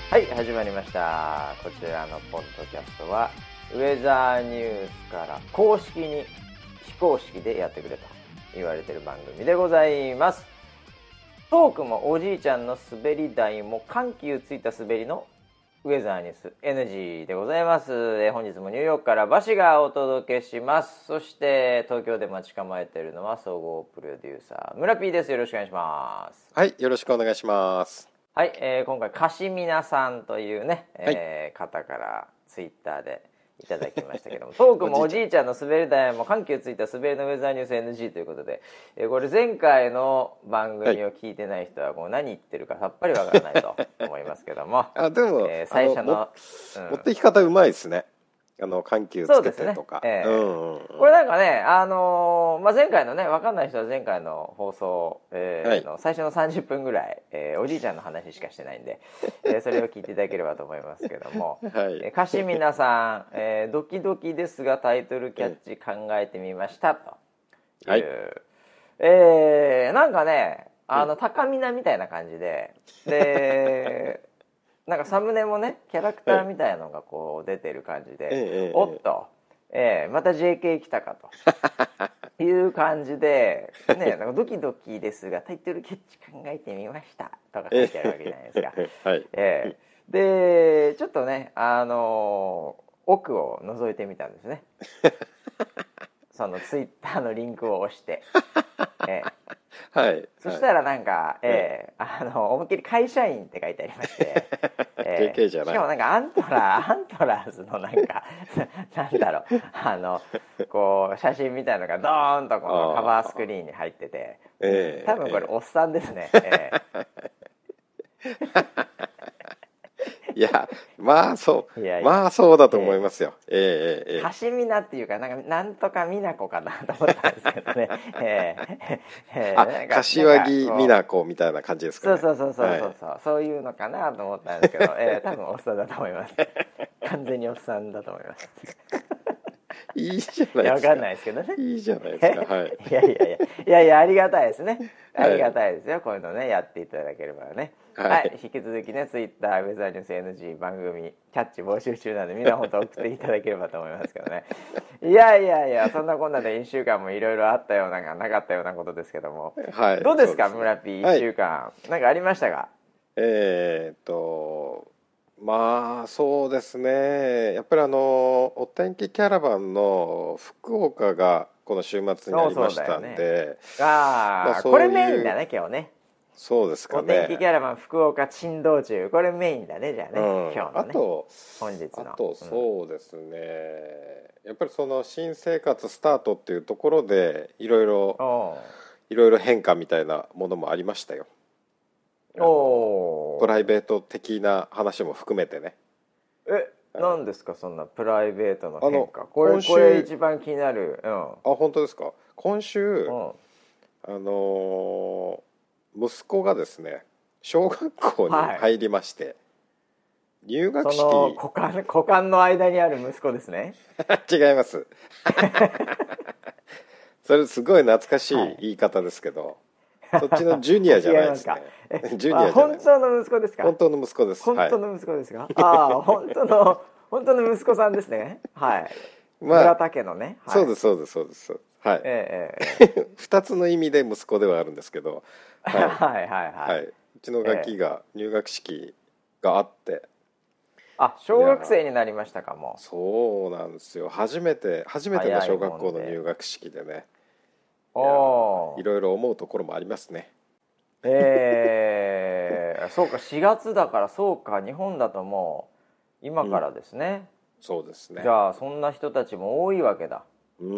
はい、始まりました。こちらのポッドキャストはウェザーニュースから公式に非公式でやってくれと言われている番組でございます。トークもおじいちゃんの滑り台も緩急ついた滑りのウェザーニュース NG でございます。本日もニューヨークからバシがお届けします。そして東京で待ち構えているのは総合プロデューサー村 P です。よろしくお願いします。 はい、よろしくお願いします。 はい、今回カシミナさんというね、 はい、 方からツイッターでいただきましたけどもトークもおじいちゃんの滑り台も緩急ついた滑りのウェザーニュース NG ということで、これ前回の番組を聞いてない人はもう何言ってるかさっぱりわからないと思いますけどもでも、 最初の持ってき方うまいですね。緩急つけてとか。 これなんかね、前回のね、分かんない人は前回の放送、の最初の30分ぐらい、おじいちゃんの話しかしてないんで、それを聞いていただければと思いますけども、 はい、 カシミナさん、ドキドキですがタイトルキャッチ考えてみましたという、はい、なんかね、高見菜みたいな感じで、なんかサムネもねキャラクターみたいのがこう出てる感じで、おっと、また JK 来たかという感じで、ね、なんかドキドキですがタイトルキャッチ考えてみましたとか書いてあるわけじゃないですか。 はい、 でちょっとね、奥を覗いてみたんですね。そのツイッターのリンクを押して。 はい、 そしたらなんか、思いっきり会社員って書いてありまして、 JK じゃない。 しかもなんかアントラーズのなんかなんだろう、こう写真みたいなのがドーンとこのカバースクリーンに入ってて、多分これおっさんですね。 いや、まあそうまあそうだと思いますよ。 カシミナっていうかなんとかミナコかなと思ったんですけどね。 柏木美奈子みたいな感じですかね。 そういうのかなと思ったんですけど、多分おっさんだと思います。完全におっさんだと思います。 いいじゃないですか。 わかんないですけどね。 いいじゃないですか。はい。 いやありがたいですね。ありがたいですよ。こういうのねやっていただければね。はい、引き続きねツイッターウェザーニュース NG 番組キャッチ募集中なんでみんな本当送っていただければと思いますけどね。いやそんなこんなで1週間もいろいろあったようななかったようなことですけども、はい、どうですか村 P 1週間、なんかありましたか？ まあそうですね、やっぱりお天気キャラバンの福岡がこの週末になりましたんで、 これメインだね今日ね。 そうですかね。 お天気キャラバン福岡珍道中、これメインだねじゃあね、今日のね。本日のあとそうですね、やっぱりその新生活スタートっていうところでいろいろ変化みたいなものもありましたよ。プライベート的な話も含めてね。 何ですかそんなプライベートの変化。これ一番気になる。 本当ですか。今週、息子がですね小学校に入りまして、入学式、 その股間の間にある息子ですね。 違います。それすごい懐かしい言い方ですけど、そっちのジュニアじゃないですね。 ジュニアじゃない。本当の息子ですか？ 本当の息子です。 本当の息子ですか？本当の息子さんですね。はい。村田家のね。 そうです。はい。2つの意味で息子ではあるんですけど、はい。うちのガキが入学式があって、 小学生になりましたかも。 そうなんですよ。初めての小学校の入学式でね。いろいろ思うところもありますね。 そうか4月だから、そうか日本だともう今からですね。 そうですね。 じゃあそんな人たちも多いわけだ。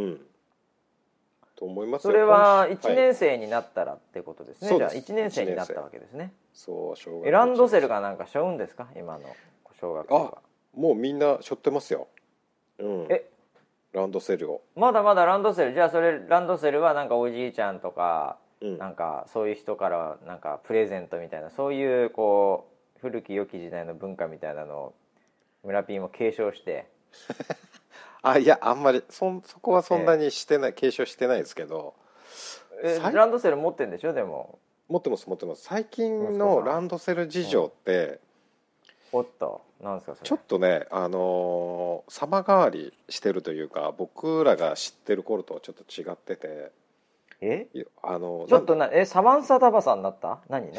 と思いますよ。 それは1年生になったらってことですね。じゃあ1年生になったわけですね。 そう、小学校。 ランドセルがなんか背負うんですか今の小学校は。 もうみんな背負ってますよ。ランドセルを。 まだランドセル。じゃあそれランドセルはなんかおじいちゃんとか、なんかそういう人からなんかプレゼントみたいな、そういうこう古き良き時代の文化みたいなのを村 P も継承して。 いやあんまりそこはそんなにしてない、継承してないですけど、 ランドセル持ってんでしょ？でも持ってます。最近のランドセル事情って、 おっと、なんですかそれ。 ちょっとね、様変わりしてるというか、僕らが知ってる頃とはちょっと違ってて、 ちょっとサマンサタバサになった？何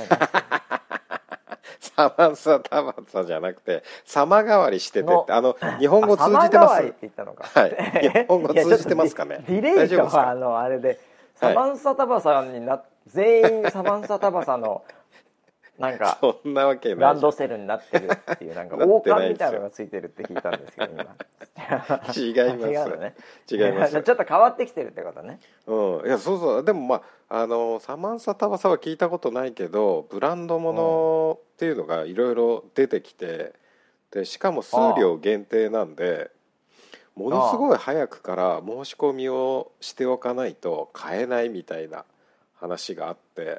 サマンサタバサじゃなくて、様変わりしててって、日本語通じてます？様変わりって言ったのか。 はい。日本語通じてますかね。 ディレイとはあれで、サマンサタバサに全員サマンサタバサのなんかそんなわけないランドセルになってるっていう、なんか王冠みたいなのがついてるって聞いたんですけど今。 違います。違います。 ちょっと変わってきてるってことね。 いや、そうそう。でもサマンサタバサは聞いたことないけど、ブランドものっていうのがいろいろ出てきて、でしかも数量限定なんで、ものすごい早くから申し込みをしておかないと買えないみたいな話があって。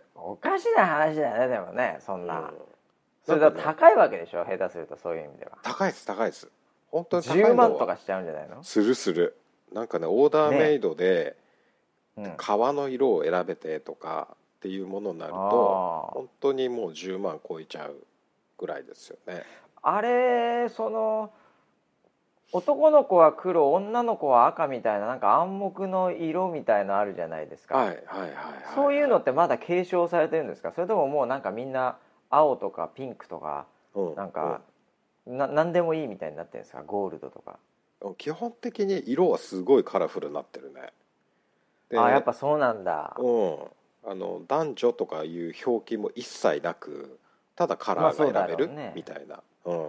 おかしな話だよね。でもね、そんな、それだと高いわけでしょ、下手すると。そういう意味では高いです。本当に高いのは10万とかしちゃうんじゃないの？ する。なんかね、オーダーメイドで、革の色を選べてとかっていうものになると、本当にもう10万超えちゃうぐらいですよね。 あれ、男の子は黒、女の子は赤みたいな、なんか暗黙の色みたいのあるじゃないですか。そういうのってまだ継承されてるんですか？それとももうなんかみんな青とかピンクとか、なんか何でもいいみたいになってるんですか？ゴールドとか。 基本的に色はすごいカラフルになってるね。 やっぱそうなんだ。 男女とかいう表記も一切なく、ただカラーが選べるみたいな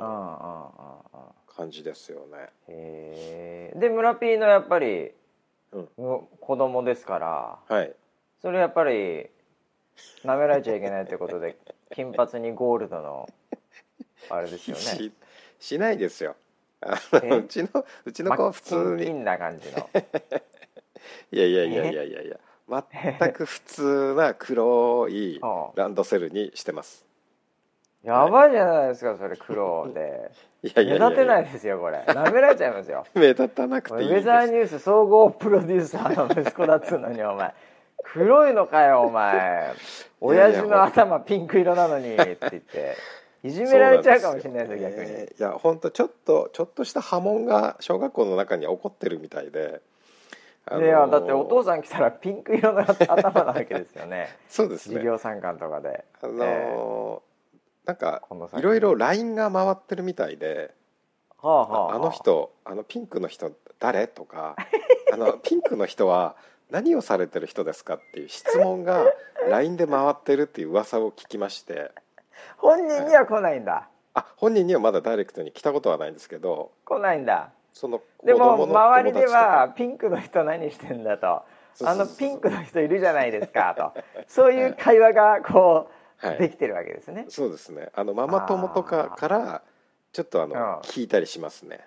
感じですよね。 で村 P のやっぱり、子供ですから、それやっぱり舐められちゃいけないということで金髪にゴールドのあれですよね。 しないですよ。うちの子は普通にキンな感じのいや全く普通な黒いランドセルにしてます。 やばいじゃないですか、それ黒で。目立てないですよ、これ。舐められちゃいますよ。 目立たなくていいです。 ウェザーニュース総合プロデューサーの息子だっつうのに、お前黒いのかよお前、親父の頭ピンク色なのにって言っていじめられちゃうかもしれないですよ、逆に。 いや本当ちょっとした波紋が小学校の中に起こってるみたいで、 いやだってお父さん来たらピンク色の頭なわけですよね。 そうですね。 授業参観とかでなんかいろいろ LINE が回ってるみたいで、あの人ピンクの人誰とかピンクの人は何をされてる人ですかっていう質問が LINE で回ってるっていう噂を聞きまして。 本人には来ないんだ。 本人にはまだダイレクトに来たことはないんですけど。 来ないんだ。 そのでも周りではピンクの人何してんだと、ピンクの人いるじゃないですかと、そういう会話がこうできてるわけですね。 そうですね。ママ友とかからちょっと聞いたりしますね。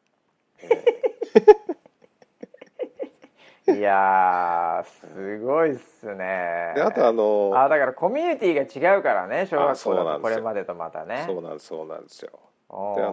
いやすごいっすね。 であとだからコミュニティが違うからね、小学校だとこれまでとまたね。 そうなんですよ。で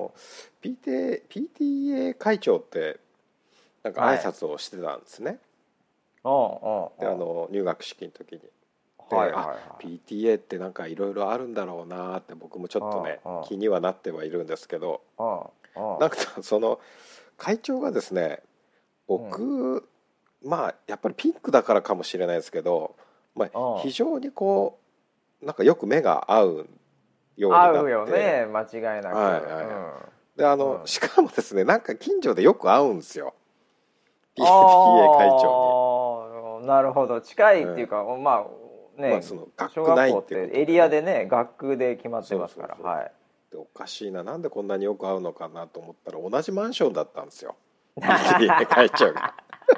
PTA 会長ってなんか挨拶をしてたんですね。で入学式の時に。PTA ってなんかいろいろあるんだろうなって僕もちょっとね気にはなってはいるんですけど、なんかその会長がですね、僕やっぱりピンクだからかもしれないですけど、非常にこうなんかよく目が合うようになって。合うよね、間違いなく。 でしかもですね、なんか近所でよく会うんですよ、 PTA 会長に。なるほど、近いっていうか、 その学区内っていうことでエリアでね、学区で決まってますから。 でおかしいな、なんでこんなによく会うのかなと思ったら同じマンションだったんですよPTA 会長が。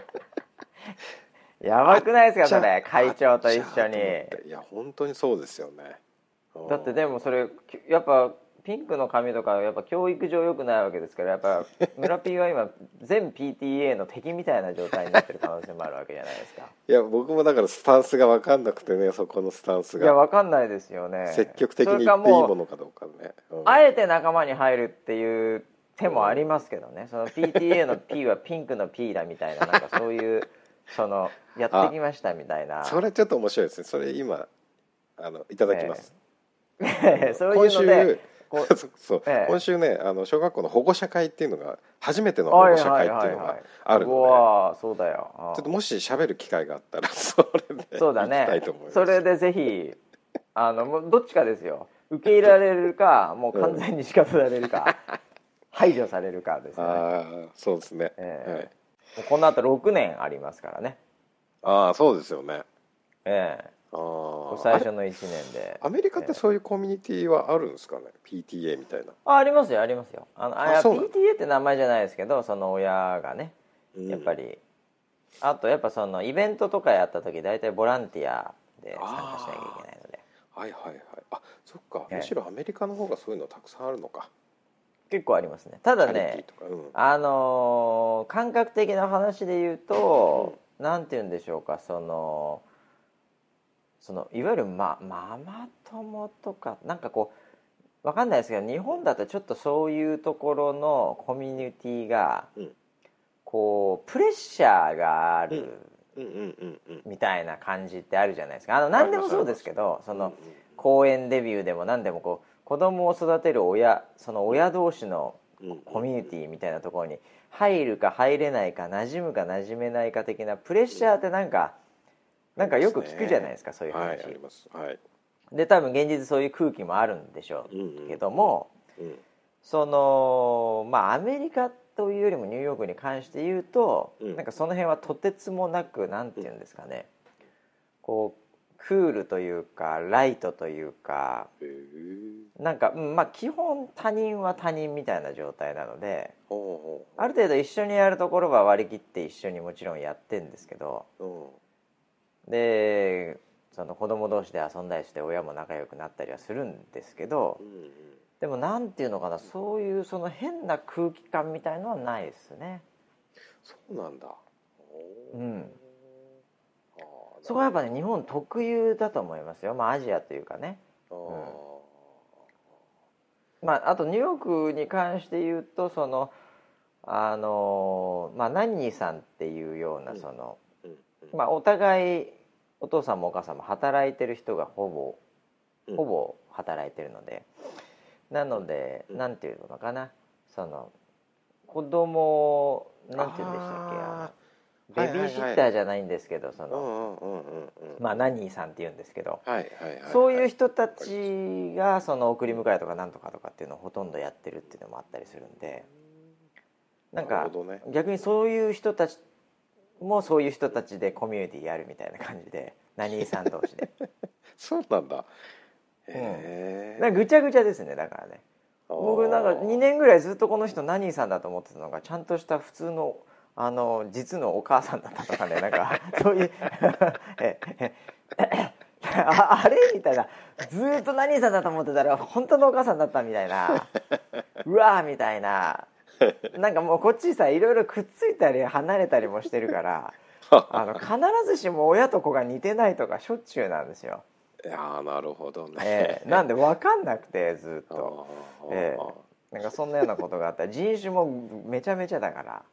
やばくないですかそれ、会長と一緒に。 いや本当にそうですよね。 だってでもそれやっぱピンクの髪とかやっぱ教育上良くないわけですから、やっぱ村 P は今全 PTA の敵みたいな状態になってる可能性もあるわけじゃないですか。 いや僕もだからスタンスが分かんなくてね、そこのスタンスが。 いや分かんないですよね。 積極的に言っていいものかどうかね。 あえて仲間に入るっていう手もありますけどね、その PTA の P はピンクの P だみたいな、なんかそういうやってきましたみたいな。 それちょっと面白いですね。それ今いただきます。 そういうのでそう、今週ね小学校の保護者会っていうのが初めての保護者会っていうのがあるので、うわそうだよ。 ちょっともし喋る機会があったらそれでそうだね、 行きたいと思います。 それでぜひもうどっちかですよ。受け入れられるかもう完全に仕方されるか、排除されるかですね。 そうですね、 はい、この後6年ありますからね。 そうですよね。 最初の1年で。 アメリカってそういうコミュニティはあるんですかね、PTA みたいな。 ありますよありますよ。PTA って名前じゃないですけど、その親がねやっぱり、あとやっぱそのイベントとかやった時大体ボランティアで参加しなきゃいけないので。 はいはいはい。そっか、むしろアメリカの方がそういうのたくさんあるのか。 結構ありますね。ただね、感覚的な話で言うと、なんて言うんでしょうか、そのいわゆるママ友とかなんかこうわかんないですけど、日本だとちょっとそういうところのコミュニティが、こうプレッシャーがあるみたいな感じってあるじゃないですか。何でもそうですけど、その公演デビューでも何でもこう子供を育てるその親同士のコミュニティみたいなところに入るか入れないか、馴染むか馴染めないか的なプレッシャーってなんかよく聞くじゃないですか、そういう話。 はい、あります。はい。 で多分現実そういう空気もあるんでしょうけども、そのアメリカというよりもニューヨークに関して言うと、なんかその辺はとてつもなくなんていうんですかね、こうクールというかライトというか、なんか基本他人は他人みたいな状態なので、ある程度一緒にやるところは割り切って一緒にもちろんやってんですけど、でその子供同士で遊んだりして親も仲良くなったりはするんですけど、でもなんていうのかな、そういうその変な空気感みたいのはないですね。 そうなんだ。 そこはやっぱね日本特有だと思いますよ。アジアというかね。あとニューヨークに関して言うと、そのナンニーさんっていうようなその、お互いお父さんもお母さんも働いてる人がほぼ働いてるので、なのでなんていうのかな、その子供なんていうんでしたっけ、ベビーシッターじゃないんですけど、そのナニーさんっていうんですけど、そういう人たちがその送り迎えとかなんとかとかっていうのをほとんどやってるっていうのもあったりするんで、なんか逆にそういう人たちもそういう人たちでコミュニティやるみたいな感じで、ナニーさん同士でそうなんだ。 なんかぐちゃぐちゃですね。だからね、僕なんか2年ぐらいずっとこの人ナニーさんだと思ってたのが、ちゃんとした普通の実のお母さんだったとかね、なんかそういうあれみたいな、ずっと何さんだと思ってたら本当のお母さんだったみたいな、うわーみたいな、なんかもうこっちさいろいろくっついたり離れたりもしてるから必ずしも親と子が似てないとかしょっちゅうなんですよ。 いやなるほどね、 なんで分かんなくてずっと、なんかそんなようなことがあったり、人種もめちゃめちゃだから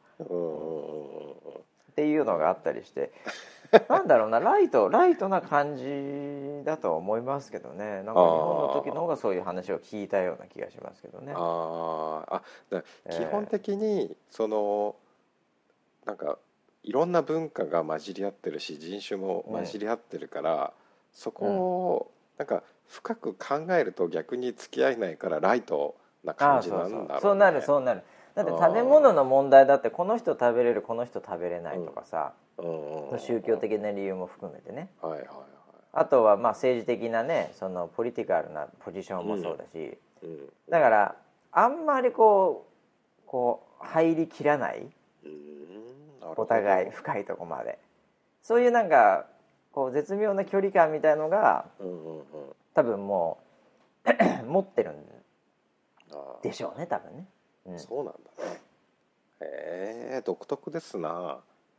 っていうのがあったりして、なんだろうな、ライトな感じだと思いますけどね。なんか日本の時の方がそういう話を聞いたような気がしますけどね。 基本的にそのなんかいろんな文化が混じり合ってるし人種も混じり合ってるから、そこをなんか深く考えると逆に付き合えないからライトな感じなんだろうね。 そうなる。だって食べ物の問題だって、この人食べれるこの人食べれないとかさ、宗教的な理由も含めてね、あとは政治的なね、そのポリティカルなポジションもそうだし、だからあんまりこう入りきらない、お互い深いとこまで、そういうなんかこう絶妙な距離感みたいのが、多分もう持ってるんでしょうね、多分ね。 そうなんだね。独特ですな。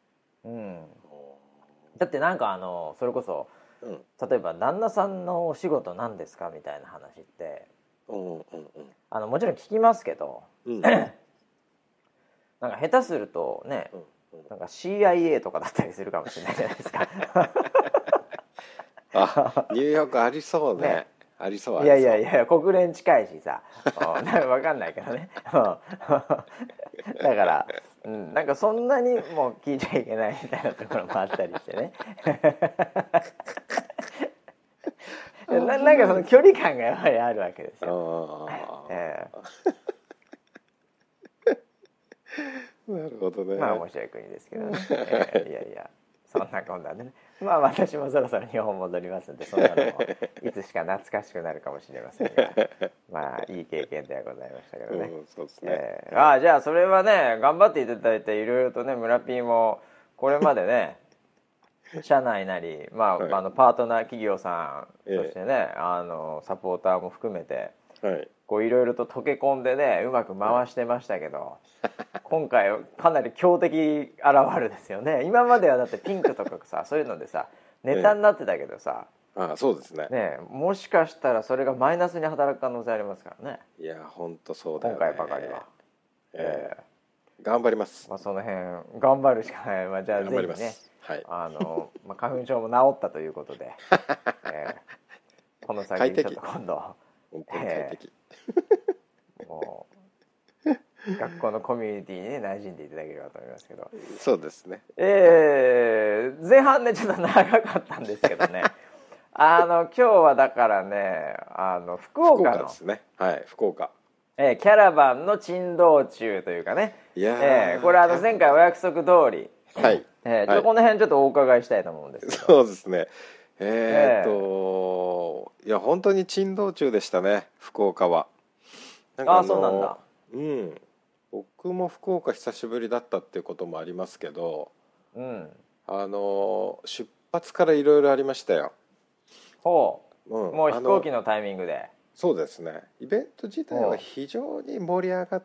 だってなんかそれこそ、例えば旦那さんのお仕事何ですかみたいな話って、もちろん聞きますけど、なんか下手するとね、なんか CIA とかだったりするかもしれないじゃないですか。 ニューヨークありそうね。 ありそう。 いやいやいや、国連近いしさなんか分かんないけどねだから、なんかそんなにもう聞いちゃいけないみたいなところもあったりしてねなんかその距離感がやはりあるわけですよ。 なるほどね。 まあ面白い国ですけどね、いやいやそんなこんなでね、まあ私もそろそろ日本戻りますんで、そんなのもいつしか懐かしくなるかもしれませんがまあいい経験ではございましたけどね、 そうですね。 じゃあそれはね頑張っていただいて、いろいろとね村 P もこれまでね社内なり、まあはい、パートナー企業さん、そしてねサポーターも含めて、こういろいろと溶け込んでねうまく回してましたけど、今回かなり強敵現るですよね。今まではだってピンクとかさそういうのでさネタになってたけどさ、 そうですね。 もしかしたらそれがマイナスに働く可能性ありますからね。 いや本当そうだよね。 今回ばかりは、 頑張ります。 その辺頑張るしかない。じゃあぜひね、花粉症も治ったということで、この先ちょっと今度もう学校のコミュニティに、馴染んでいただければと思いますけど。 そうですね。 前半ねちょっと長かったんですけどね今日はだからね福岡のですね。福岡。 キャラバンの珍道中というかね、これ前回お約束通り、この辺ちょっとお伺いしたいと思うんですけど。 そうですね。いや本当に珍道中でしたね、福岡は。 そうなんだ。 僕も福岡久しぶりだったっていうこともありますけど、出発からいろいろありましたよ。 もう飛行機のタイミングで。 そうですね。イベント自体は非常に盛り上がって、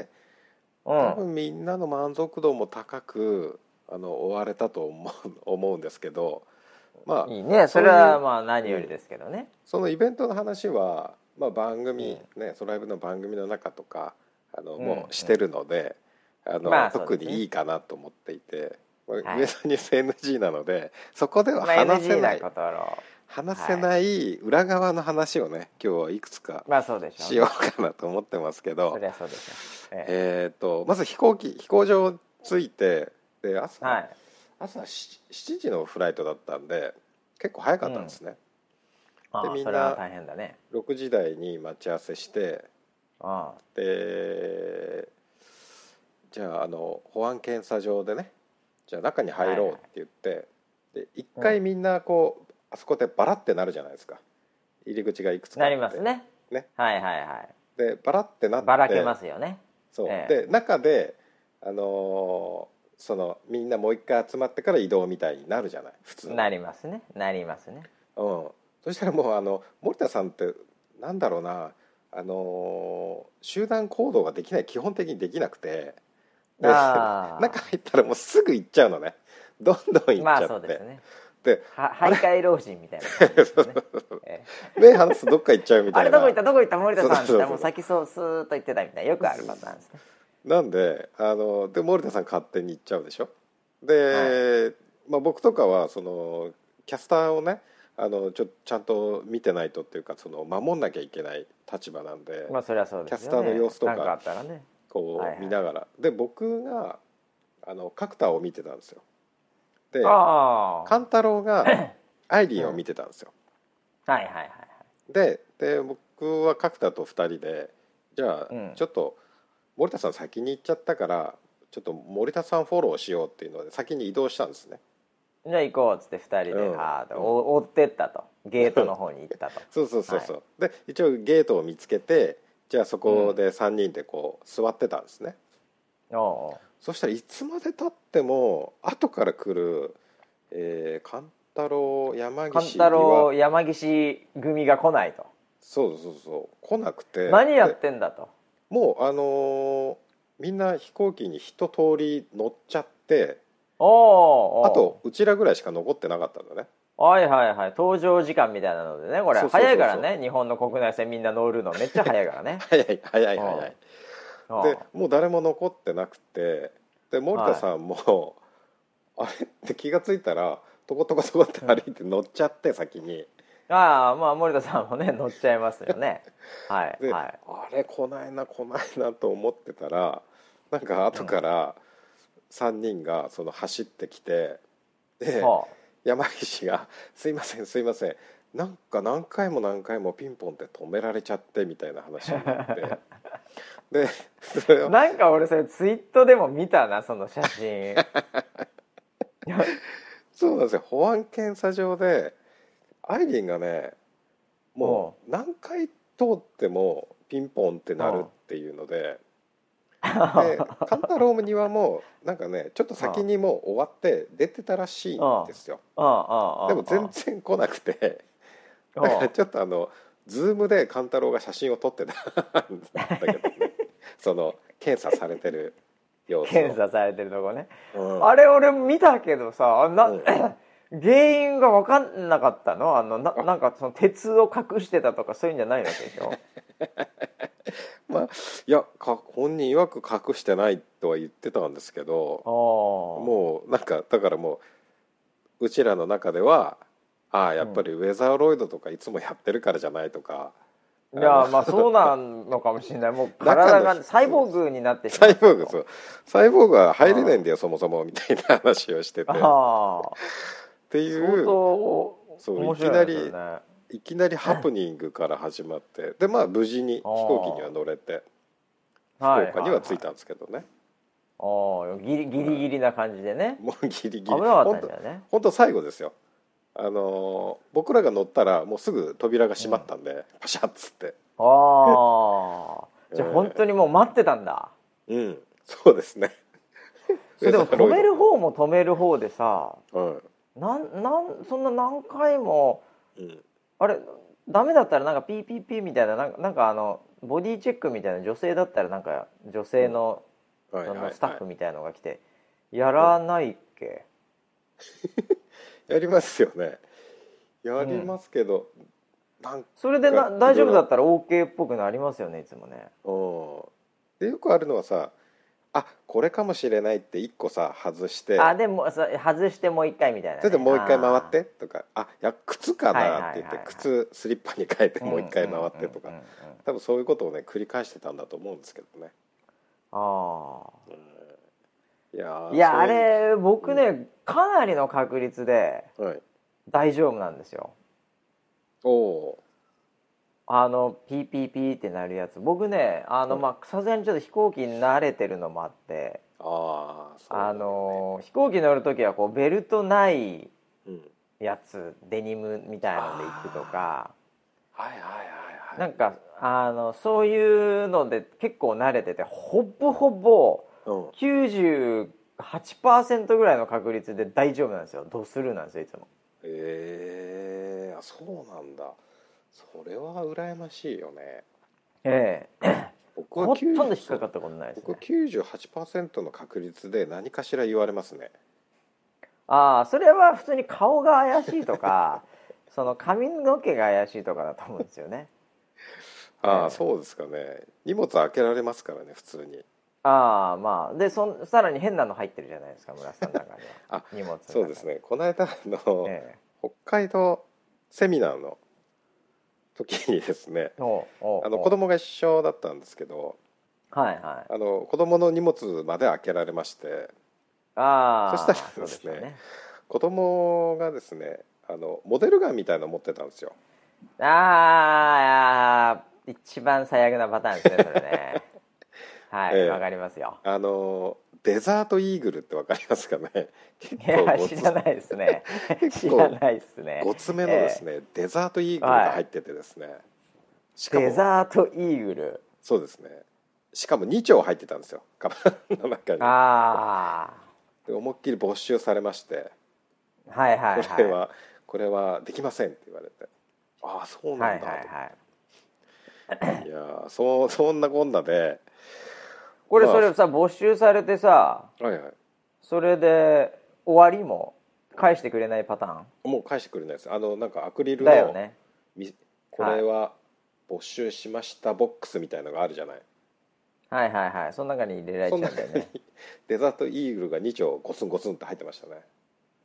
多分みんなの満足度も高く終われたと思うんですけど、 いいね、それはまあ何よりですけどね。 そのイベントの話は、番組、ソライブの番組の中とかもうしてるので、特にいいかなと思っていて、上田ニュース NG なのでそこでは話せない、話せない裏側の話をね今日はいくつかしようかなと思ってますけど、 そりゃそうでしょう。まず飛行場着いて、で朝7時のフライトだったんで結構早かったんですね。でみんな6時台に待ち合わせして、でじゃあ保安検査場でね、じゃあ中に入ろうって言って、で一回みんなこう、あそこでバラってなるじゃないですか、入り口がいくつかあって。 なりますね。 でバラってなってばらけますよね。 で中でみんなもう一回集まってから移動みたいになるじゃない、普通。 なりますね。 そしたらもう森田さんってなんだろうな、集団行動ができない、基本的にできなくて、で中入ったらもうすぐ行っちゃうのね、どんどん行っちゃって。 そうですね。で徘徊老人みたいな感じですね。 目離すとどっか行っちゃうみたいな。 あれどこ行った森田さんってもう先スーッと行ってたみたいな、よくあるパターンですね。 なんでで森田さん勝手に行っちゃうでしょ。で、僕とかはそのキャスターをねちゃんと見てないとっていうか、守んなきゃいけない立場なんで、 そりゃそうですよね、 キャスターの様子とかなんかあったらねこう見ながら、で僕が角田を見てたんですよ。で勘太郎がアイリンを見てたんですよ。で僕は角田と2人で、じゃあちょっと森田さん先に行っちゃったからちょっと森田さんフォローしようっていうので先に移動したんですね。 じゃあ行こうっつって2人で追ってったと、ゲートの方に行ったと。 そうで一応ゲートを見つけて、じゃあそこで3人でこう座ってたんですね。そしたらいつまでたっても後から来る勘太郎山岸組が来ないと。 そう来なくて、 何やってんだと。 もうみんな飛行機に一通り乗っちゃって、あとうちらぐらいしか残ってなかったんだね。 搭乗時間みたいなのでね、これ早いからね、日本の国内線みんな乗るのめっちゃ早いからね。 早いでもう誰も残ってなくて、で森田さんも、あれって気がついたらトコトコって歩いて乗っちゃって先に。 ああ、まあ森田さんもね乗っちゃいますよね。はいで、 はい。 あれ来ないなと思ってたら、なんか後から3人がその走ってきて、では山岸が「すいませんすいません、なんか何回も何回もピンポンって止められちゃって」みたいな話になって、でそれあ。 をなんか俺それツイートでも見たなその写真。 そうなんですよ、保安検査場でアイリンがね、もう何回通ってもピンポンってなるっていうので、で勘太郎にはもうなんかねちょっと先にもう終わって出てたらしいんですよ。でも全然来なくて、だからちょっとズームで勘太郎が写真を撮ってたんだけどね、その検査されてる様子を。 検査されてるとこね、あれ俺見たけどさ原因が分かんなかったの？なんかその鉄を隠してたとかそういうんじゃないわけでしょ？ まあいや本人曰く隠してないとは言ってたんですけど、もうなんかだからもううちらの中ではやっぱりウェザーロイドとかいつもやってるからじゃないとか、 いやまあそうなのかもしれない。もう体がサイボーグになってしまう。 サイボーグは入れないんだよそもそもみたいな話をしてて、っていうそういきなりハプニングから始まって、でまあ無事に飛行機には乗れて福岡には着いたんですけどね。 ギリギリな感じでね。 もうギリギリ危なかったんだよね。 本当最後ですよ。僕らが乗ったらもうすぐ扉が閉まったんで、パシャッつって。 じゃあ本当にもう待ってたんだ。 そうですね。 でも止める方も止める方でさ、 そんな何回も、あれダメだったらなんかピーピーピーみたいな、なんかボディチェックみたいな、女性だったらなんか女性のスタッフみたいのが来てやらないっけ？ やりますよね。やりますけど、 それで大丈夫だったら OK っぽくなりますよねいつもね。 でよくあるのはさ、これかもしれないって1個さ外して、 でも外してもう一回みたいな、ね、 それでもう一回回ってとか、いや靴かなって言って靴スリッパに変えてもう一回回ってとか、多分そういうことをね繰り返してたんだと思うんですけどね。 いやあれ僕ね、かなりの確率で大丈夫なんですよ。ピーピーピーってなるやつ、僕ねさすがにちょっと飛行機に慣れてるのもあって、飛行機乗る時はこうベルトないやつ、デニムみたいので行くとか、なんかそういうので結構慣れてて、ほぼ98% ぐらいの確率で大丈夫なんですよ。ドスルーなんですよいつも。 そうなんだ。それは羨ましいよね。 僕はほとんど引っかかったことないですね。 僕は 98% の確率で何かしら言われますね。 それは普通に顔が怪しいとかその髪の毛が怪しいとかだと思うんですよね。 そうですかね。荷物開けられますからね普通に。 まあでさらに変なの入ってるじゃないですか村さんの中には。荷物の中に。 そうですね。この間北海道セミナーの時にですね、子供が一緒だったんですけど、子供の荷物まで開けられまして、そしたらですね、子供がですねモデルガンみたいなの持ってたんですよ。 一番最悪なパターンですねそれね。わかりますよ。 デザートイーグルってわかりますかね？ いや知らないですね。知らないですね。 5つ目のですね、デザートイーグルが入っててですね、 しかもデザートイーグル、 そうですね、しかも2丁入ってたんですよカバンの中に。で思いっきり没収されまして、これはできませんって言われて、そうなんだと。いやそんなこんなでこれそれさ没収されてさ、それで終わりも返してくれないパターン？ もう返してくれないです。なんかアクリルのだよね、これは没収しましたボックスみたいのがあるじゃない。 その中に入れられちゃうんだよね。 デザートイーグルが2丁ゴツンゴツンって入ってましたね。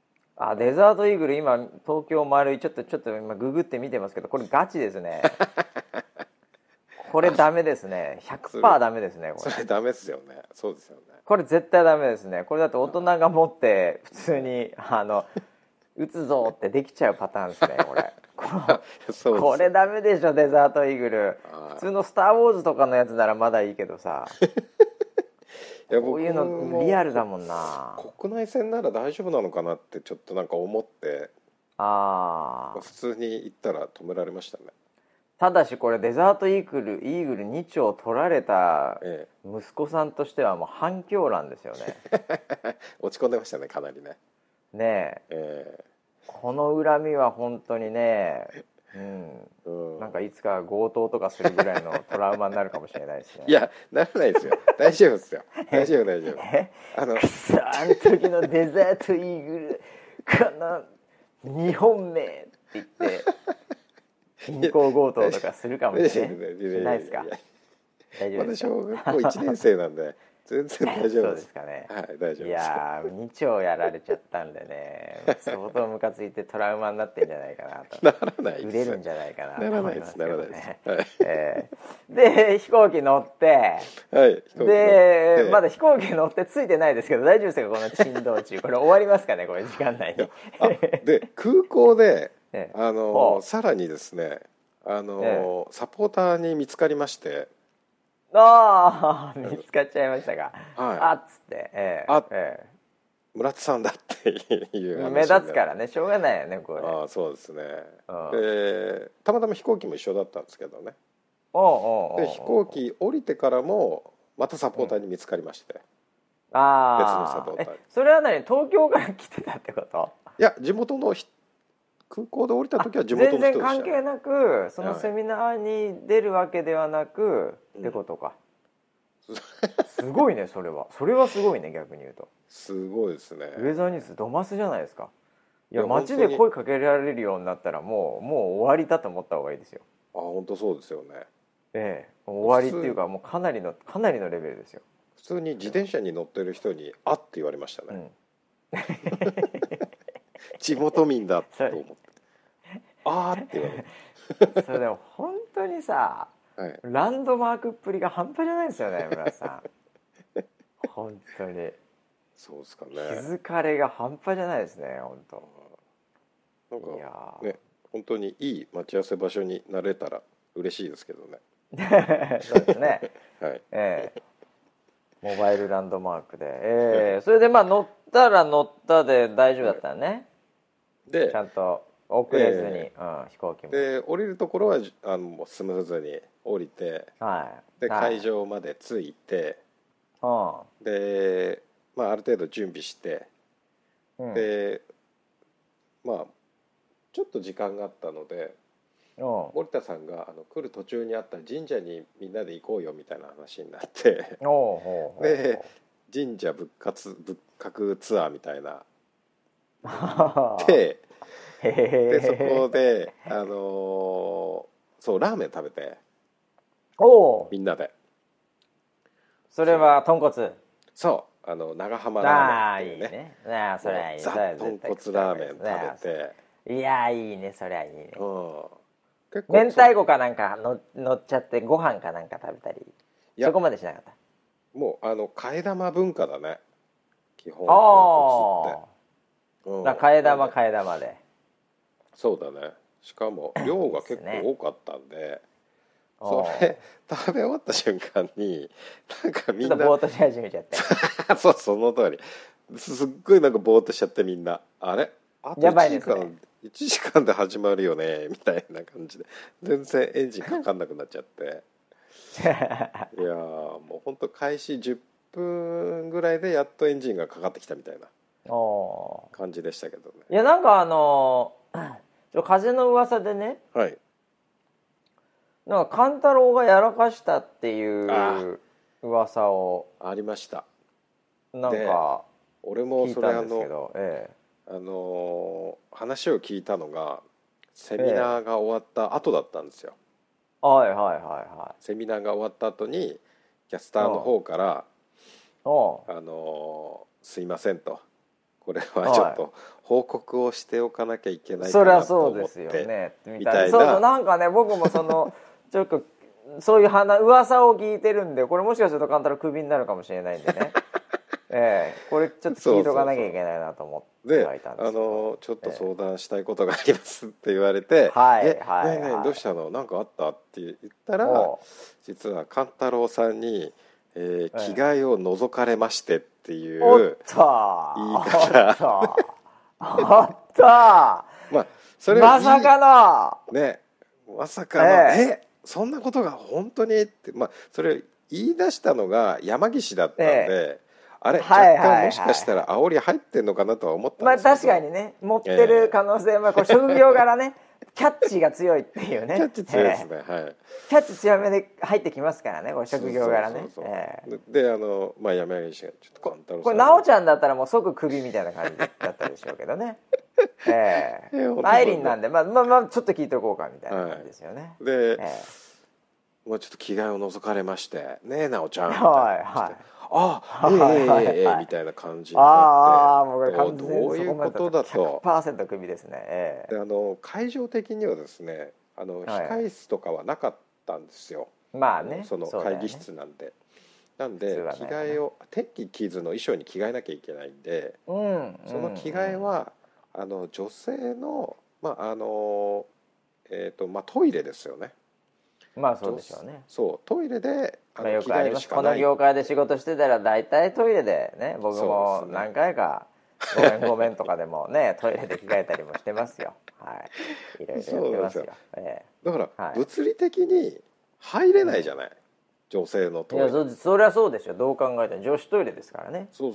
デザートイーグル今東京丸いちょっと今ググって見てますけど、これガチですね。これダメですね。100% ダメですね。 これそれダメですよね。そうですよね。 これ絶対ダメですね。これだって大人が持って普通に打つぞってできちゃうパターンですね、これ。これダメでしょ、デザートイーグル。普通のスター・ウォーズとかのやつならまだいいけどさ。こういうのリアルだもんな。 国内線なら大丈夫なのかなってちょっとなんか思って、普通に行ったら止められましたね。 ただしこれデザートイーグル2丁取られた息子さんとしてはもう反響欄ですよね。 落ち込んでましたね、かなりね。 ねえ、この恨みは本当にね、なんかいつか強盗とかするぐらいのトラウマになるかもしれないですね。 いや、ならないですよ。大丈夫ですよ。大丈夫。 くそ、あの時のデザートイーグルこの2本目って言って銀行強盗とかするかもしれないですか。大丈夫ですか。 まだ小学校1年生なんで全然大丈夫です。 そうですかね。 はい、大丈夫です。 いや2丁やられちゃったんでね、相当ムカついてトラウマになってんじゃないかなと。 ならないです。 売れるんじゃないかなと思いますけどね。で飛行機乗って、でまだ飛行機乗ってついてないですけど大丈夫ですか、この珍道中。これ終わりますかね、これ時間内に。 で空港でさらにですね、サポーターに見つかりまして、 見つかっちゃいましたか。っつって、 村田さんだっていう話目立つからね、しょうがないよね、これ。 そうですね。たまたま飛行機も一緒だったんですけどね。で飛行機降りてからもまたサポーターに見つかりまして、別のサポーターに。 それは何、東京から来てたってこと？ いや、地元の空港で降りた時は地元の人でした。 全然関係なくそのセミナーに出るわけではなく、ってことか。すごいね、それはすごいね、逆に言うと。 すごいですね。 ウェザーニュースドマスじゃないですか。いや、街で声かけられるようになったらもう終わりだと思った方がいいですよ。 本当そうですよね。 終わりっていうかもうかなりのレベルですよ。 普通に自転車に乗ってる人に「あ」って言われましたね。地元民だと思って、あーって言われて。 それでも本当にさ、ランドマークっぷりが半端じゃないですよね、村田さん。本当にそうですかね。 気づかれが半端じゃないですね、本当。 なんかね、本当にいい待ち合わせ場所になれたら嬉しいですけどね。 そうですね。モバイルランドマークで、それで乗ったで大丈夫だったね。でちゃんと遅れずに、飛行機も。 で降りるところはもうスムーズに降りて、で会場まで着いて、である程度準備して、でちょっと時間があったので、森田さんが来る途中にあった神社にみんなで行こうよみたいな話になって、で神社仏閣ツアーみたいなでそこでそうラーメン食べて、みんなで。 それは豚骨。 そう長浜ラーメンっていうね。 それはいいね。 ザ豚骨ラーメン食べて。 いやいいね、それはいいね。明太子かなんか乗っちゃってご飯かなんか食べたり、そこまでしなかった。 もう替え玉文化だね、基本。豚骨って替え玉で。 そうだね。しかも量が結構多かったんで、それ食べ終わった瞬間になんかみんなぼーっとし始めちゃって。 そう、その通り。すっごいなんかぼーっとしちゃって、みんなあれあと1時間で始まるよねみたいな感じで、全然エンジンかかんなくなっちゃって。いやもうほんと開始10分ぐらいでやっとエンジンがかかってきたみたいな感じでしたけどね。 いや、なんか風の噂でね、なんか勘太郎がやらかしたっていう噂をありました。 なんか俺もそれ話を聞いたのがセミナーが終わった後だったんですよ。セミナーが終わった後にキャスターの方から「すいません」とこれはちょっと報告をしておかなきゃいけないかなと思って、 そりゃそうですよねみたいな。そうなんかね僕もちょっとそういう噂を聞いてるんで、これもしかするとカンタロウクビになるかもしれないんでねこれちょっと聞いとかなきゃいけないなと思ってはいたんですけど、 ちょっと相談したいことがありますって言われて、ねえねえどうしたの、なんかあったって言ったら、実はカンタロウさんに、着替えを覗かれましてっていう言い方あったまあそれまさかのねまさかの、そんなことが本当にって、それ言い出したのが山岸だったんで、あれ、若干もしかしたら煽り入ってんのかなとは思ったんですけど、 確かにね持ってる可能性は、職業柄ねキャッチが強いっていうね、 キャッチ強いですね、 キャッチ強めで入ってきますからね、これ職業柄ね。 で山岸がちょっとカンタロウさん、 これ奈緒ちゃんだったらもう即クビみたいな感じだったでしょうけどねアイリンなんでちょっと聞いておこうかみたいな感じですよね。 でちょっと着替えを覗かれまして「ねえ奈緒ちゃん」みたいなみたいな感じになって、どういうことだと 100% クビですね。 で会場的にはですね控室とかはなかったんですよ、 まあね、 その会議室なんで、なんで着替えをテッキーキッズの衣装に着替えなきゃいけないんで、その着替えは女性のトイレですよね。 そうでしょうね。 そうトイレでよくあります。この業界で仕事してたら大体トイレでね、僕も何回かごめんとかでもねトイレで着替えたりもしてますよ。いろいろやってますよ。 だから物理的に入れないじゃない、女性のトイレ。 いやそりゃそうでしょ、どう考えても女子トイレですからね。 そう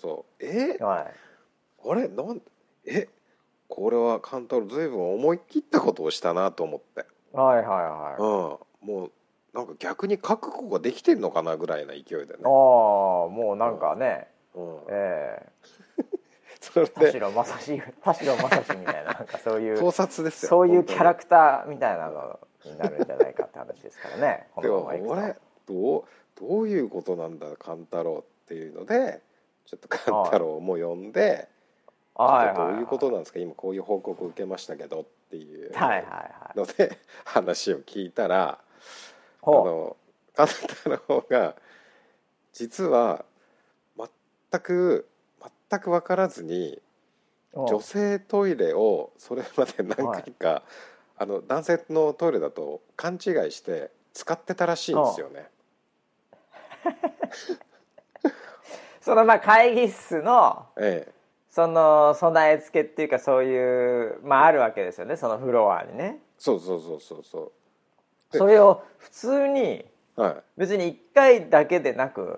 あれこれはカンタロウ随分思い切ったことをしたなと思って、もうなんか逆に覚悟ができてるのかなぐらいな勢いでね。 もうなんかね、 それで田代正史みたいな、なんかそういう盗撮ですよ、 そういうキャラクターみたいなのになるんじゃないかって話ですからね。 でも俺どういうことなんだカンタロウっていうので、ちょっとカンタロウも呼んで、どういうことなんですか、今こういう報告を受けましたけどっていうので話を聞いたら、カンタロウが実は全く分からずに女性トイレをそれまで何回か、男性のトイレだと勘違いして使ってたらしいんですよね。 その会議室の、その備え付けっていうか、そういうあるわけですよね、そのフロアにね。 そうそれを普通に、別に1回だけでなく、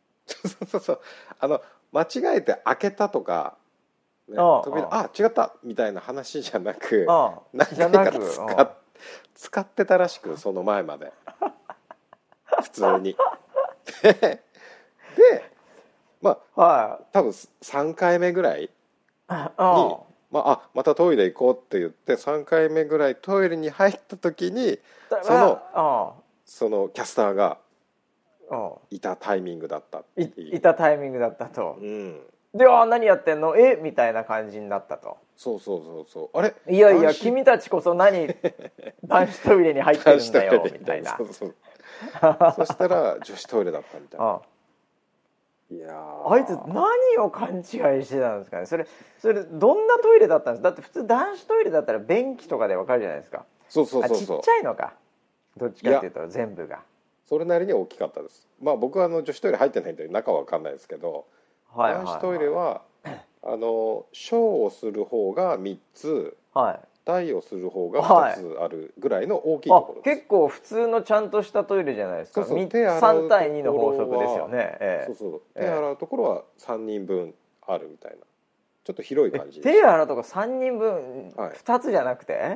間違えて開けたとか、扉違ったみたいな話じゃなく、何回か使ってたらしく、その前まで普通にで多分3回目ぐらいにまたトイレ行こうって言って3回目ぐらいトイレに入った時にそのキャスターがいたタイミングだったっていう。 いたタイミングだったと。で何やってんのみたいな感じになったと。 そうあれ、 いや君たちこそ何男子トイレに入ってるんだよみたいな。 そしたら女子トイレだったみたいな。いやあいつ何を勘違いしてたんですかね。それどんなトイレだったんですか。だって普通男子トイレだったら便器とかでわかるじゃないですか。 そうちっちゃいのか、どっちかっていうと全部がそれなりに大きかったです。僕は女子トイレ入ってないんで中は分かんないですけど、男子トイレは小をする方が3つ、大をする方が2つあるぐらいの大きいところです。 結構普通のちゃんとしたトイレじゃないですか。3対2の法則ですよね。 手洗うところは3人分あるみたいな、ちょっと広い感じ。 手洗うとこ3人分2つじゃなくて、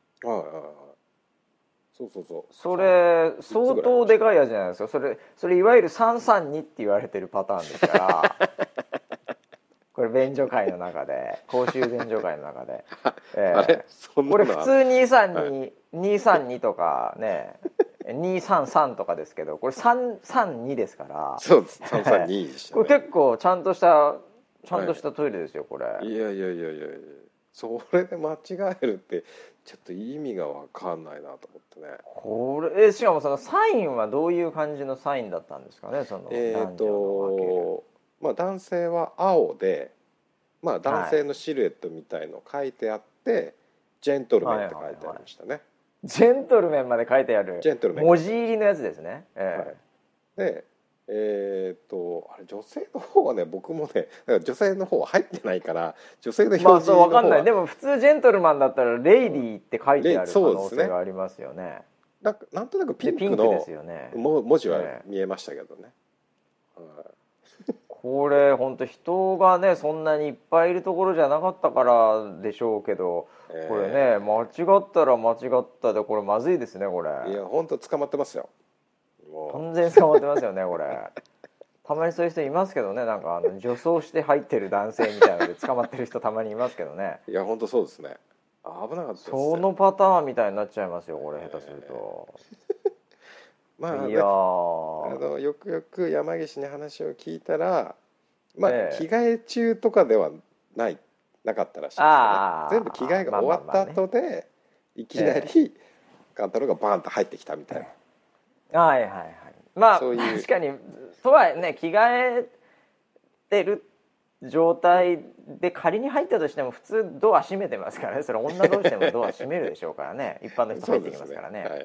それ相当でかいやつじゃないですか。それいわゆる332って言われてるパターンですからこれ便所会の中で、公衆便所会の中でこれ普通232とかね233とかですけど、これ332ですから。 そうです、332でしたね。 これ結構ちゃんとしたちゃんとしたトイレですよこれ。 いやいやいやいや、それで間違えるってちょっと意味が分かんないなと思ってね。 これしかもそのサインはどういう感じのサインだったんですかね、その男女の分ける。 まあ男性は青で、まあ男性のシルエットみたいの書いてあって、はい、ジェントルメンって書いてありましたね、はいはいはい、 ジェントルメンまで書いてある。 ジェントルメン文字入りのやつですね、 はい、であれ女性の方はね、僕もね女性の方は入ってないから女性の表示の方は、まあ、そう分かんない。でも普通ジェントルマンだったらレイディーって書いてある可能性がありますよね。 なんとなくピンクのですよ、ね、 文字は見えましたけどね、 これ本当人がねそんなにいっぱいいるところじゃなかったからでしょうけど、これね間違ったら間違ったでこれまずいですねこれ。 いや本当捕まってますよ。 完全に捕まってますよねこれ。たまにそういう人いますけどね、なんか女装して入ってる男性みたいなので捕まってる人たまにいますけどね。 いや本当そうですね、危なかったですよ。 そのパターンみたいになっちゃいますよこれ、下手すると。 まあ、いやよくよく山岸に話を聞いたら、まあ着替え中とかではなかったらしいですよね。全部着替えが終わった後で、いきなり勘太郎がバーンと入ってきたみたいな。はいはいはい。まあ確かにとはね、着替えてる状態で仮に入ったとしても普通ドア閉めてますからね。それ女同士でもドア閉めるでしょうからね。一般の人入ってきますからね。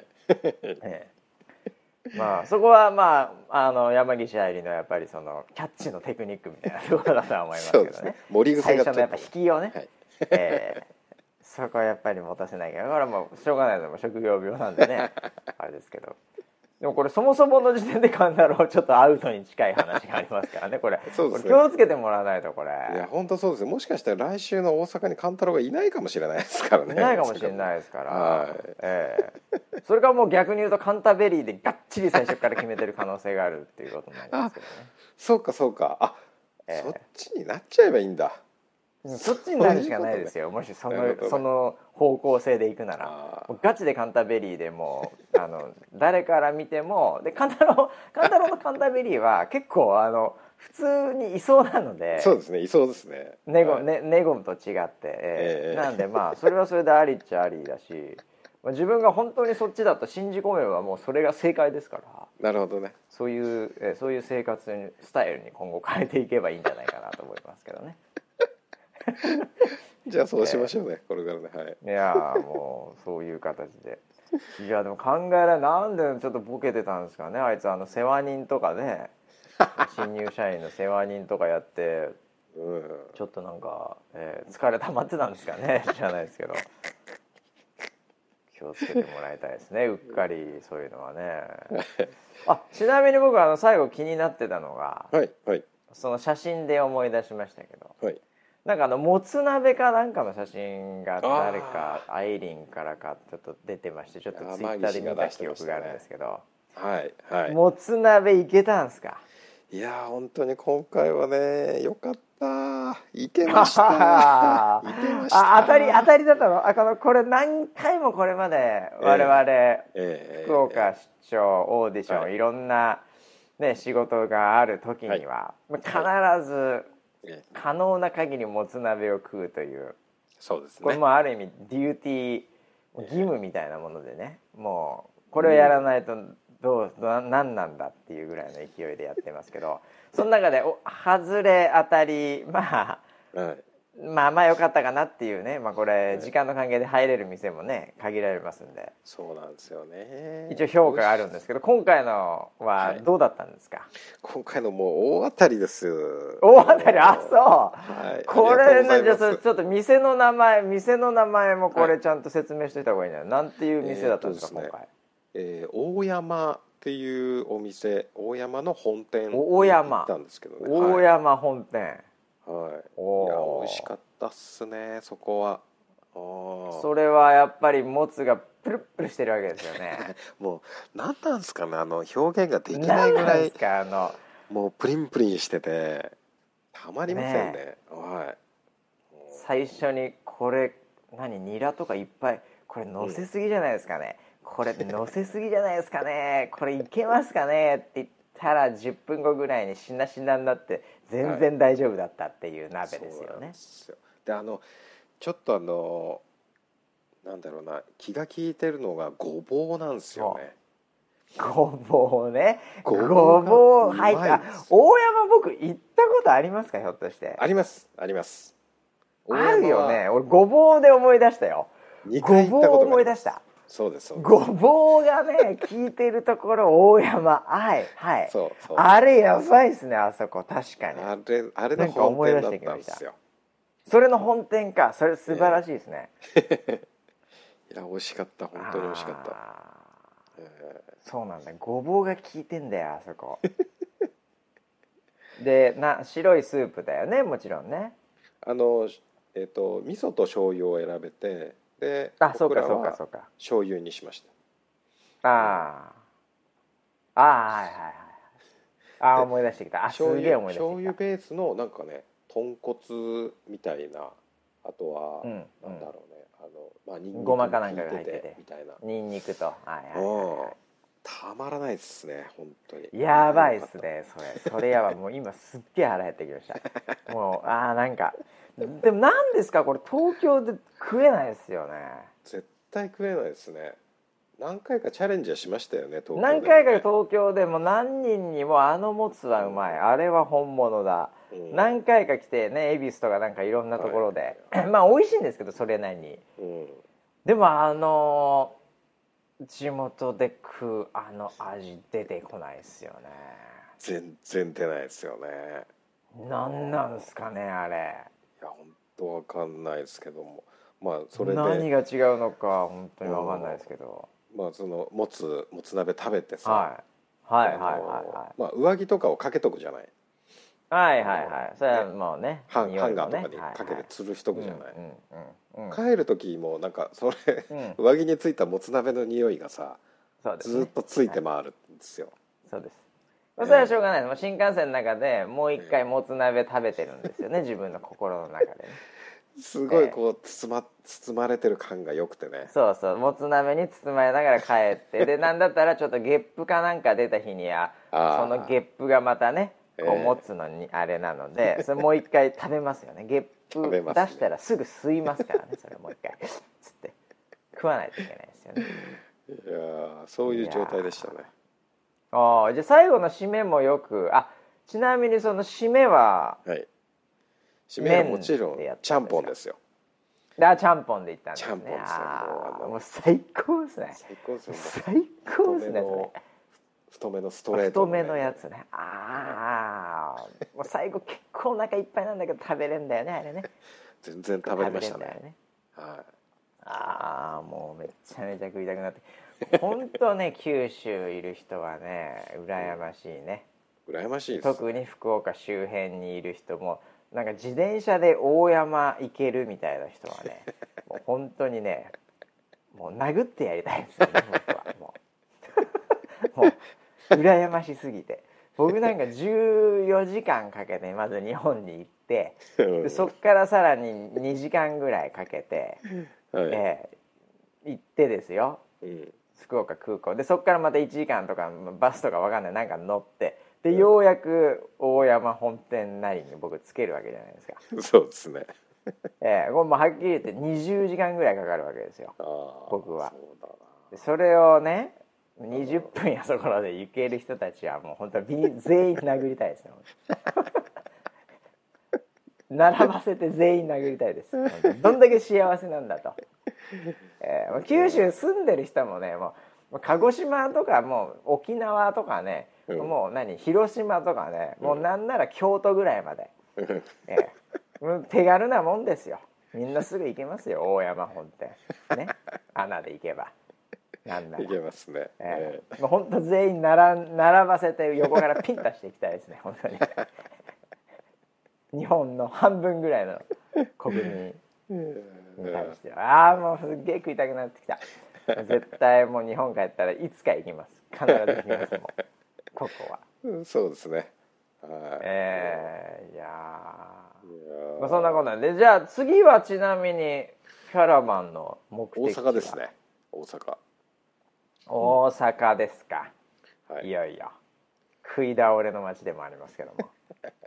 まあそこはまあ山岸愛理のやっぱりそのキャッチのテクニックみたいなところだとは思いますけどね。最初のやっぱ引きをね、そこはやっぱり持たせないけど、これはもうしょうがないのも職業病なんでねあれですけど。でもこれそもそもの時点で勘太郎ちょっとアウトに近い話がありますからねこれ。そうですね、これ気をつけてもらわないとこれ。 いや本当そうですね。もしかしたら来週の大阪に勘太郎がいないかもしれないですからね。 いないかもしれないですから、はい、それからもう逆に言うとカンタベリーでがっちり最初から決めてる可能性があるっていうことになりますけどね。 そうかそうか、そっちになっちゃえばいいんだ。 そっちになるしかないですよ、もしその方向性でいくなら。ガチでカンタベリーでも誰から見てもで、カンタロウのカンタベリーは結構普通にいそうなので。 そうですね、いそうですね、 ネゴムと違って、なんでまあそれはそれでありっちゃありだし、自分が本当にそっちだと信じ込めばもうそれが正解ですから。 なるほどね。 そういう生活スタイルに今後変えていけばいいんじゃないかなと思いますけどね。 じゃあそうしましょうね、これからね。はい。 いやもうそういう形で。いやでも考えられない。なんでちょっとボケてたんですかね、あいつ。世話人とかね新入社員の世話人とかやって、ちょっとなんか、疲れ溜まってたんですかね知らないですけど。気をつけてもらいたいですね、うっかりそういうのはね。ちなみに僕最後気になってたのが、 はいはい、 その写真で思い出しましたけど、 はい、 なんかもつ鍋かなんかの写真が誰かアイリンからかちょっと出てまして、ちょっとツイッターで見た記憶があるんですけど、 はいはい、 もつ鍋いけたんすか？ いや本当に今回はねよかった、いけましたいけました。 当たりだったの？これ何回もこれまで我々、福岡出張オーディション、いろんな、ね、仕事がある時には、必ず可能な限りもつ鍋を食うという、 そうですね、 これもある意味デューティー義務みたいなものでね、もうこれをやらないと何なんだっていうぐらいの勢いでやってますけど、その中で外れ当たり、まあ良かったかなっていうね、これ時間の関係で入れる店もね限られますんで、 そうなんですよね、 一応評価があるんですけど、今回のはどうだったんですか？ 今回のもう大当たりです。 大当たり？そう、これね、じゃあそれちょっと店の名前もこれちゃんと説明しておいた方がいいんじゃない？なんていう店だったんですか、今回。 大山っていうお店、大山の本店に行ったんですけどね。 大山本店、 はい、いや美味しかったっすね、そこは。 それはやっぱりもつがプルプルしてるわけですよね。 もう何なんですかね、表現ができないぐらいもうプリンプリンしててたまりませんね。はい、 最初にこれニラとかいっぱい、これ乗せすぎじゃないですかね、これ乗せすぎじゃないですかね、これいけますかねって言ったら10分後ぐらいにしなしなになって全然大丈夫だったっていう鍋ですよね。 でちょっとなんだろうな、気が利いてるのがごぼうなんですよね。 ごぼうね。ごぼう入った。大山僕行ったことありますか、ひょっとして。 ありますあります。 あるよね。俺ごぼうで思い出したよ。ごぼう思い出した。 そうですそうです。 ごぼうがね効いてるところ大山、はいはい。 そうあれやばいっすね、あそこ。確かにあれの本店だったんですよ。 それの本店か。それ素晴らしいですね。 いや美味しかった、本当に美味しかった。 そうなんだ、ごぼうが効いてんだよあそこで白いスープだよね、もちろんね。 味噌と醤油を選べて、で僕らは醤油にしました。 はいはいはい。思い出してきた。すげえ思い出してきた。 醤油ベースのなんかね、豚骨みたいな、あとは、なんだろうね、ニンニクごまかなんかが入っててみたいな、 ニンニクと、 たまらないですね、本当に。 やばいっすね、それやばい。もう今すっげえ腹減ってきましたもうなんかでも何ですかこれ、東京で食えないですよね。 絶対食えないですね。何回かチャレンジはしましたよね、東京で、 何回か東京でも何人にももつはうまい、あれは本物だ、何回か来てね、恵比寿とかなんかいろんなところで、まあ美味しいんですけどそれなりに、でも地元で食う味出てこないですよね。 全然出ないですよね。 なんなんすかねあれ。 いや本当わかんないですけども、まあそれで何が違うのか本当にわかんないですけど、 まあそのもつ鍋食べてさ、 はい上着とかをかけとくじゃない。 それはもうね、 ハンガーとかにかけて吊るしとくじゃない。帰る時もなんかそれ、上着についたもつ鍋の匂いがさ、ずっとついて回るんですよ。 そうです。それはしょうがないです。新幹線の中でもう一回もつ鍋食べてるんですよね、自分の心の中でね。 すごいこう包まれてる感が良くてね。 そうもつ鍋に包まれながら帰ってで、なんだったらちょっとゲップかなんか出た日にはそのゲップがまたねこう持つのにあれなので、それもう一回食べますよね。ゲップ出したらすぐ吸いますからね、それもう一回つって食わないといけないですよね。 いやそういう状態でしたね。 じゃあ最後の締めもよく、ちなみにその締めは、 締めはもちろんちゃんぽんですよ。 ちゃんぽんでいったんですね。 ちゃんぽんですよ。 もう最高ですね。 最高ですよ。 最高ですね。 太めのストレートの、 太めのやつね。もう最後結構お腹いっぱいなんだけど食べれんだよね、あれね。 全然食べれましたね。 もうめちゃめちゃ食いたくなって。本当ね、九州いる人はね羨ましいね。 羨ましいです。 特に福岡周辺にいる人もなんか自転車で大山行けるみたいな人はねもう本当にね、もう殴ってやりたいですよね僕は。もう羨ましすぎて、僕なんか14時間かけてまず日本に行ってでそっからさらに2時間ぐらいかけて、行ってですよ、福岡空港で、そっからまた1時間とかバスとか分かんないなんか乗ってでようやく大山本店なりに僕つけるわけじゃないですか。 そうですね。 これもはっきり言って20時間ぐらいかかるわけですよ僕は。それをね20分やそこらで行ける人たちはもう本当に全員殴りたいですよ並ばせて全員殴りたいです。どんだけ幸せなんだと。九州住んでる人もね、もう鹿児島とかもう沖縄とかね、もう広島とかね、もうなんなら京都ぐらいまで、手軽なもんですよ。みんなすぐ行けますよ、大山本店ね、穴で行けばなんなら行けますね。 もう本当全員並ばせて横からピンタしていきたいですね本当に日本の半分ぐらいの国民に対してもうすっげえ食いたくなってきた。絶対もう日本帰ったらいつか行きます。必ず行きますもんここは。 そうですね。 いやそんなことなんで、じゃあ次はちなみにキャラバンの目的地は大阪ですね。大阪ですか、いよいよ食い倒れの街でもありますけども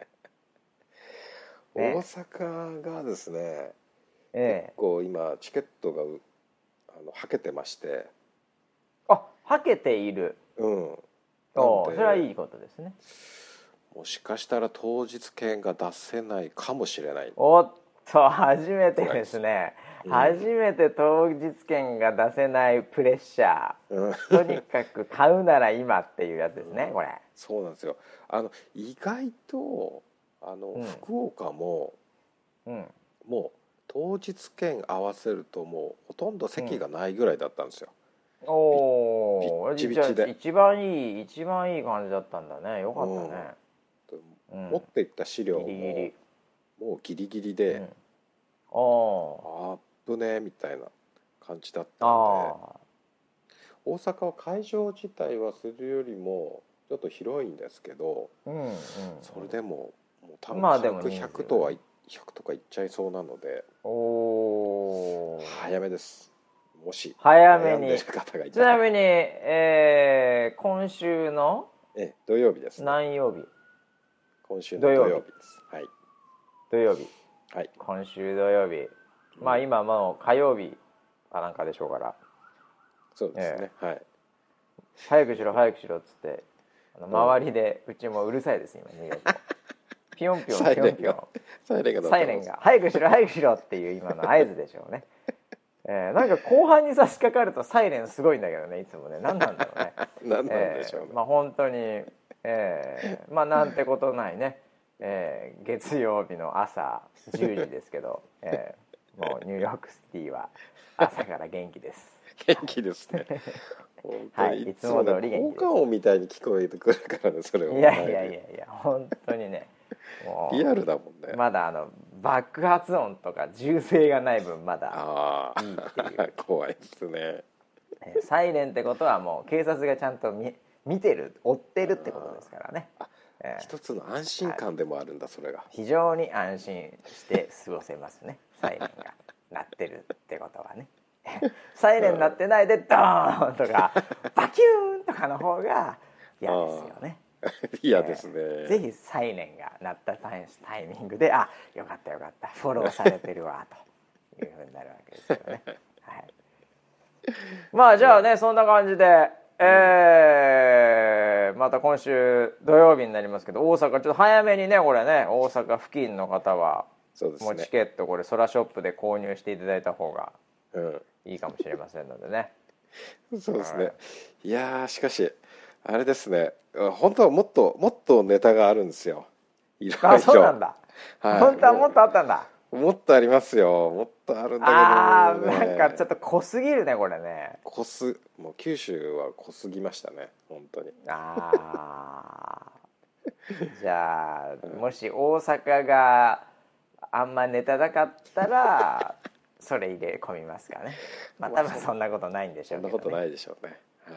大阪がですね、結構今チケットがはけてまして。 あ、はけている。それはいいことですね。 もしかしたら当日券が出せないかもしれない。 おっと、初めてですね。初めて当日券が出せないプレッシャー、とにかく買うなら今っていうやつですね、これ。 そうなんですよ。意外と福岡も、もう当日券合わせるともうほとんど席がないぐらいだったんですよ。 おお、じゃあ一番いい感じだったんだね。よかったね。 持っていった資料ももうギリギリで、あぶねみたいな感じだったので、大阪は会場自体はするよりもちょっと広いんですけど、それでももう多分100とかいっちゃいそうなので、早めです。もし早めに。ちなみに、今週の土曜日です、ね。 何曜日？ 今週の土曜日です。はい。 土曜日。 はい。 今週土曜日。まあ今もう火曜日かなんかでしょうから。 そうですね。はい。 早くしろ早くしろっつって周りでうちもうるさいです今ニューヨークも。ピヨンピヨンピヨンピヨン。サイレンが早くしろ早くしろっていう今の合図でしょうね。なんか後半に差し掛かるとサイレンすごいんだけどね、いつもね。何なんだろうね。 何なんでしょうね。 まあ本当に、まあなんてことないね、月曜日の朝10時ですけど、もうニューヨークシティは朝から元気です。 元気ですね。 はい、いつも通り元気です。 効果音みたいに聞こえてくるからね、それは。 いや本当にね、 もうリアルだもんね。 まだ爆発音とか銃声がない分まだいいっていう。 怖いですね。 サイレンってことはもう警察がちゃんと見てる、追ってるってことですからね。 一つの安心感でもあるんだ、それが。 非常に安心して過ごせますね。サイレンが鳴ってるってことはね。サイレン鳴ってないでドーンとかバキューンとかの方が嫌ですよね。 嫌ですね。 ぜひサイレンが鳴ったタイミングで、あ、よかったよかった、フォローされてるわというふうになるわけですよね。はい、まあじゃあね、そんな感じで、また今週土曜日になりますけど、大阪ちょっと早めにね、これね、大阪付近の方はもうチケットこれソラショップで購入していただいた方がいいかもしれませんのでね。 そうですね。いやしかしあれですね、本当はもっとネタがあるんですよ。 あ、そうなんだ。本当はもっとあったんだ。 もっとありますよ。もっとあるんだけど、 なんかちょっと濃すぎるねこれね。 もう九州は濃すぎましたね、本当に。 じゃあもし大阪があんまネタなかったらそれ入れ込みますかね。まあ多分そんなことないんでしょうけどね。 そんなことないでしょうね。はい。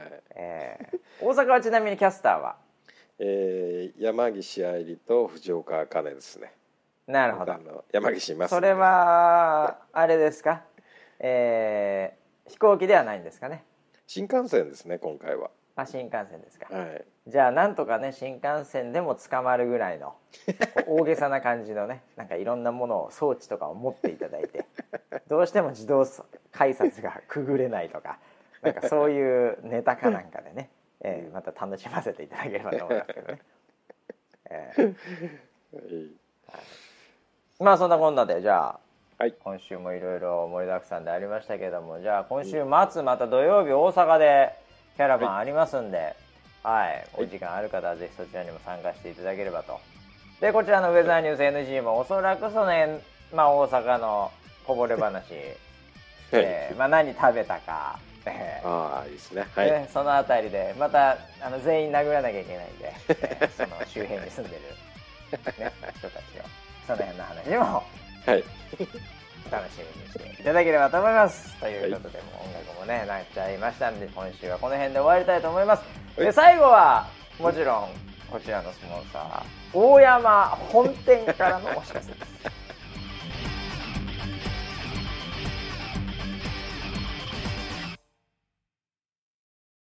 大阪はちなみにキャスターは、 山岸愛理と藤岡茜ですね。 なるほど。 山岸います、ね。 それはあれですか、飛行機ではないんですかね。 新幹線ですね、今回は。 新幹線ですか。 はい。 じゃあなんとかね、新幹線でも捕まるぐらいの大げさな感じのね、なんかいろんなものを装置とかを持っていただいて、どうしても自動改札がくぐれないとか、なんかそういうネタかなんかでね、また楽しませていただければと思いますけどね。まあそんなこんなで、じゃあ、今週もいろいろ盛りだくさんでありましたけども、じゃあ今週末また土曜日大阪でキャラバンありますんで、お時間ある方はぜひそちらにも参加していただければと。でこちらのウェザーニュース NG もおそらくその、大阪のこぼれ話、何食べたか、 いいですね。 そのあたりでまた全員殴らなきゃいけないんで、その周辺に住んでる、人たちをその辺の話も、楽しみにしていただければと思います。ということで、もう音楽もねなっちゃいましたんで、今週はこの辺で終わりたいと思います。で最後はもちろんこちらのスポンサー大山本店からのお知らせです。